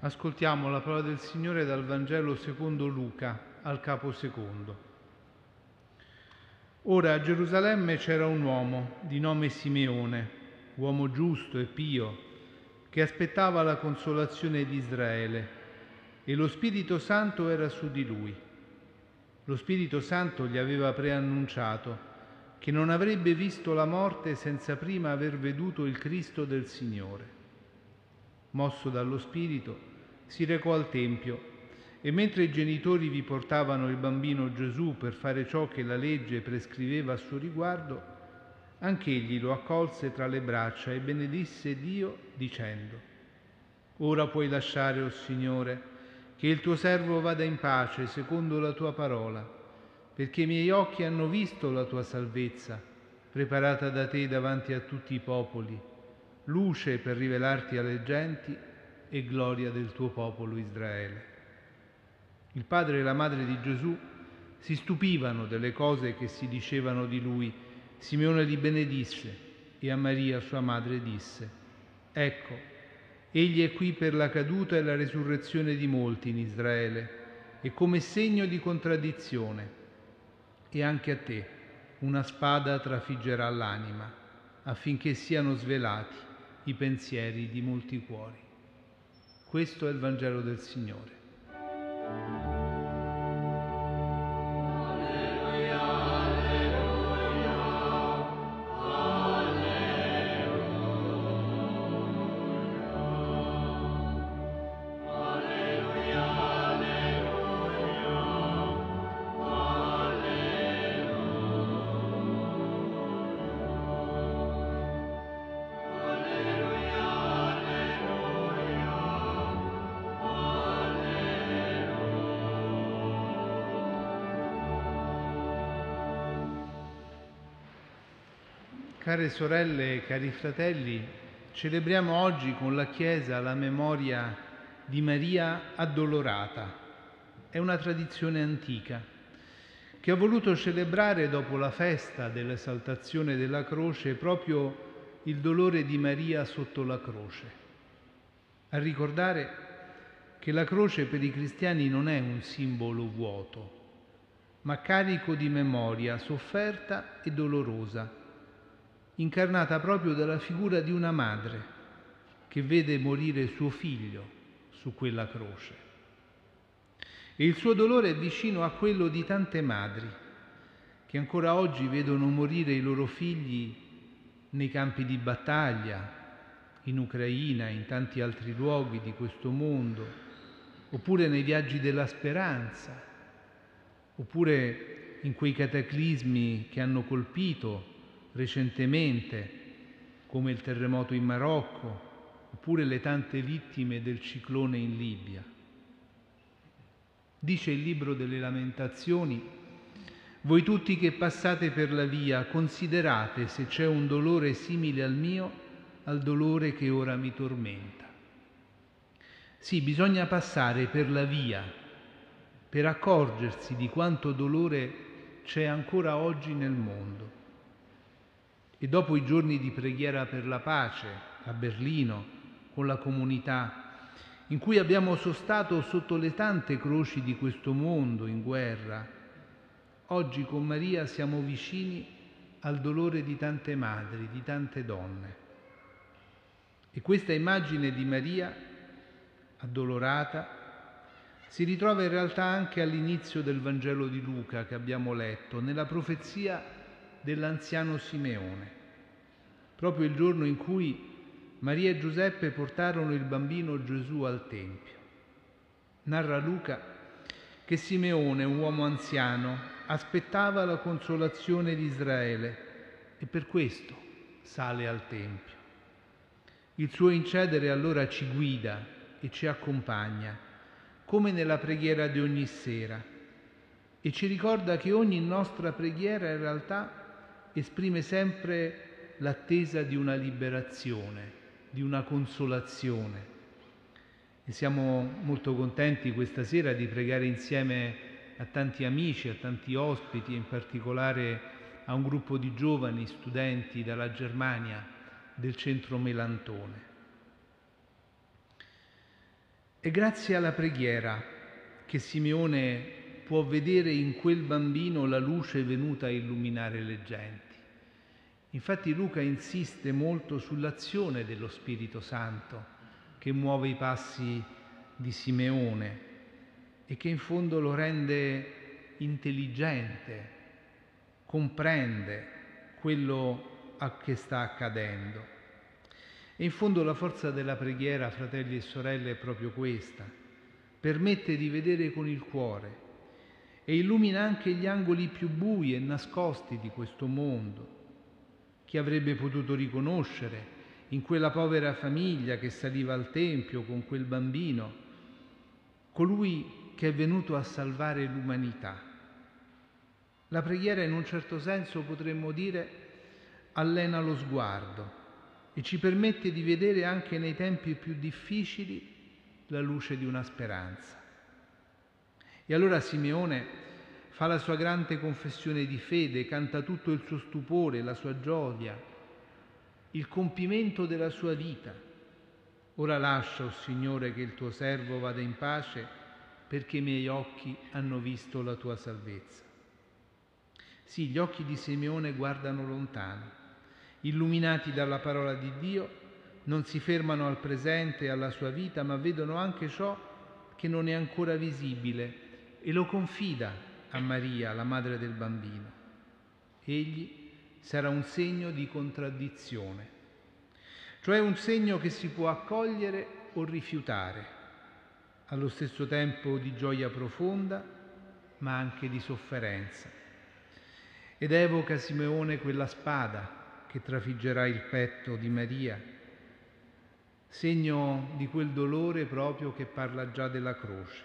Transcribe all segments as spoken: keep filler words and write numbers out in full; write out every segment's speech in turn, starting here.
Ascoltiamo la parola del Signore dal Vangelo secondo Luca, al capo secondo. Ora a Gerusalemme c'era un uomo di nome Simeone, uomo giusto e pio, che aspettava la consolazione di Israele, e lo Spirito Santo era su di lui. Lo Spirito Santo gli aveva preannunciato che non avrebbe visto la morte senza prima aver veduto il Cristo del Signore. Mosso dallo Spirito, si recò al Tempio e mentre i genitori vi portavano il bambino Gesù per fare ciò che la legge prescriveva a suo riguardo, anch'egli lo accolse tra le braccia e benedisse Dio dicendo: «Ora puoi lasciare, o Signore, che il tuo servo vada in pace secondo la tua parola, perché i miei occhi hanno visto la tua salvezza, preparata da te davanti a tutti i popoli, luce per rivelarti alle genti e gloria del tuo popolo Israele». Il padre e la madre di Gesù si stupivano delle cose che si dicevano di lui. Simeone li benedisse e a Maria, sua madre, disse: «Ecco, egli è qui per la caduta e la resurrezione di molti in Israele, e come segno di contraddizione. E anche a te una spada trafiggerà l'anima, affinché siano svelati i pensieri di molti cuori». Questo è il Vangelo del Signore. Care sorelle e cari fratelli, celebriamo oggi con la Chiesa la memoria di Maria addolorata. È una tradizione antica che ha voluto celebrare, dopo la festa dell'esaltazione della croce, proprio il dolore di Maria sotto la croce, a ricordare che la croce per i cristiani non è un simbolo vuoto, ma carico di memoria sofferta e dolorosa, incarnata proprio dalla figura di una madre che vede morire suo figlio su quella croce. E il suo dolore è vicino a quello di tante madri che ancora oggi vedono morire i loro figli nei campi di battaglia, in Ucraina, in tanti altri luoghi di questo mondo, oppure nei viaggi della speranza, oppure in quei cataclismi che hanno colpito recentemente, come il terremoto in Marocco, oppure le tante vittime del ciclone in Libia. Dice il libro delle Lamentazioni: «Voi tutti che passate per la via, considerate se c'è un dolore simile al mio, al dolore che ora mi tormenta». Sì, bisogna passare per la via per accorgersi di quanto dolore c'è ancora oggi nel mondo. E dopo i giorni di preghiera per la pace a Berlino, con la comunità, in cui abbiamo sostato sotto le tante croci di questo mondo in guerra, oggi con Maria siamo vicini al dolore di tante madri, di tante donne. E questa immagine di Maria addolorata si ritrova in realtà anche all'inizio del Vangelo di Luca che abbiamo letto, nella profezia dell'anziano Simeone, proprio il giorno in cui Maria e Giuseppe portarono il bambino Gesù al Tempio. Narra Luca che Simeone, un uomo anziano, aspettava la consolazione di Israele e per questo sale al Tempio. Il suo incedere allora ci guida e ci accompagna, come nella preghiera di ogni sera, e ci ricorda che ogni nostra preghiera in realtà esprime sempre l'attesa di una liberazione, di una consolazione. E siamo molto contenti questa sera di pregare insieme a tanti amici, a tanti ospiti, e in particolare a un gruppo di giovani studenti dalla Germania del centro Melantone. È grazie alla preghiera che Simeone può vedere in quel bambino la luce venuta a illuminare le genti. Infatti Luca insiste molto sull'azione dello Spirito Santo che muove i passi di Simeone e che in fondo lo rende intelligente, comprende quello che sta accadendo. E in fondo la forza della preghiera, fratelli e sorelle, è proprio questa: permette di vedere con il cuore e illumina anche gli angoli più bui e nascosti di questo mondo. Chi avrebbe potuto riconoscere in quella povera famiglia che saliva al Tempio con quel bambino colui che è venuto a salvare l'umanità? La preghiera, in un certo senso, potremmo dire, allena lo sguardo e ci permette di vedere anche nei tempi più difficili la luce di una speranza. E allora Simeone fa la sua grande confessione di fede, canta tutto il suo stupore, la sua gioia, il compimento della sua vita. Ora lascia, o Signore, che il tuo servo vada in pace, perché i miei occhi hanno visto la tua salvezza. Sì, gli occhi di Simeone guardano lontano, illuminati dalla parola di Dio, non si fermano al presente e alla sua vita, ma vedono anche ciò che non è ancora visibile e lo confida a Maria, la madre del bambino. Egli sarà un segno di contraddizione, cioè un segno che si può accogliere o rifiutare, allo stesso tempo di gioia profonda, ma anche di sofferenza. Ed evoca Simeone quella spada che trafiggerà il petto di Maria, segno di quel dolore proprio che parla già della croce.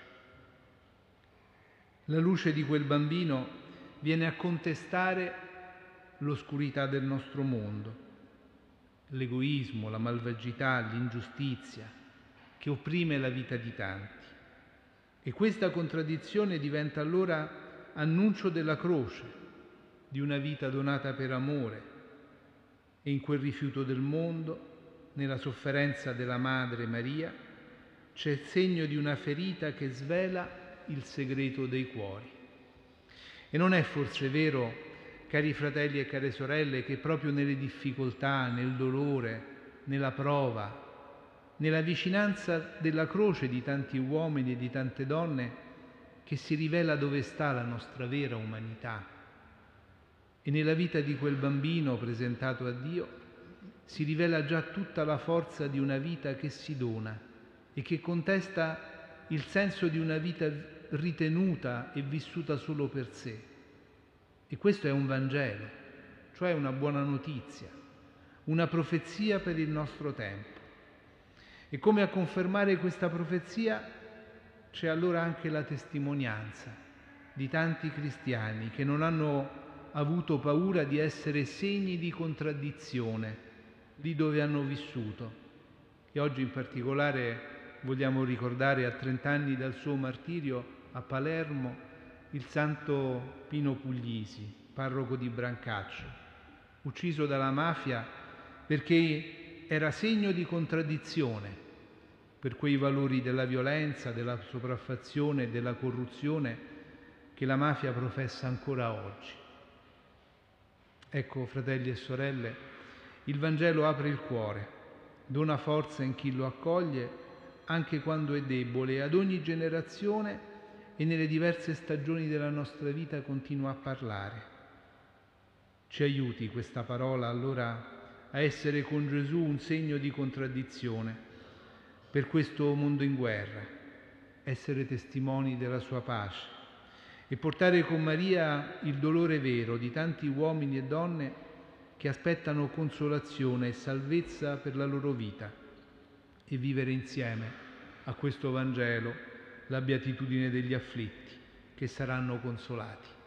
La luce di quel bambino viene a contestare l'oscurità del nostro mondo, l'egoismo, la malvagità, l'ingiustizia che opprime la vita di tanti. E questa contraddizione diventa allora annuncio della croce, di una vita donata per amore, e in quel rifiuto del mondo, nella sofferenza della Madre Maria, c'è il segno di una ferita che svela il segreto dei cuori. E non è forse vero, cari fratelli e care sorelle, che proprio nelle difficoltà, nel dolore, nella prova, nella vicinanza della croce di tanti uomini e di tante donne, che si rivela dove sta la nostra vera umanità? E nella vita di quel bambino presentato a Dio si rivela già tutta la forza di una vita che si dona e che contesta il senso di una vita ritenuta e vissuta solo per sé. E questo è un Vangelo, cioè una buona notizia, una profezia per il nostro tempo. E come a confermare questa profezia c'è allora anche la testimonianza di tanti cristiani che non hanno avuto paura di essere segni di contraddizione lì dove hanno vissuto. E oggi in particolare vogliamo ricordare, a trent'anni dal suo martirio a Palermo, il santo Pino Puglisi, parroco di Brancaccio, ucciso dalla mafia perché era segno di contraddizione per quei valori della violenza, della sopraffazione e della corruzione che la mafia professa ancora oggi. Ecco, fratelli e sorelle, il Vangelo apre il cuore, dona forza in chi lo accoglie anche quando è debole, e ad ogni generazione e nelle diverse stagioni della nostra vita continua a parlare. Ci aiuti questa parola allora a essere con Gesù un segno di contraddizione per questo mondo in guerra, essere testimoni della sua pace e portare con Maria il dolore vero di tanti uomini e donne che aspettano consolazione e salvezza per la loro vita, e vivere insieme a questo Vangelo la beatitudine degli afflitti che saranno consolati.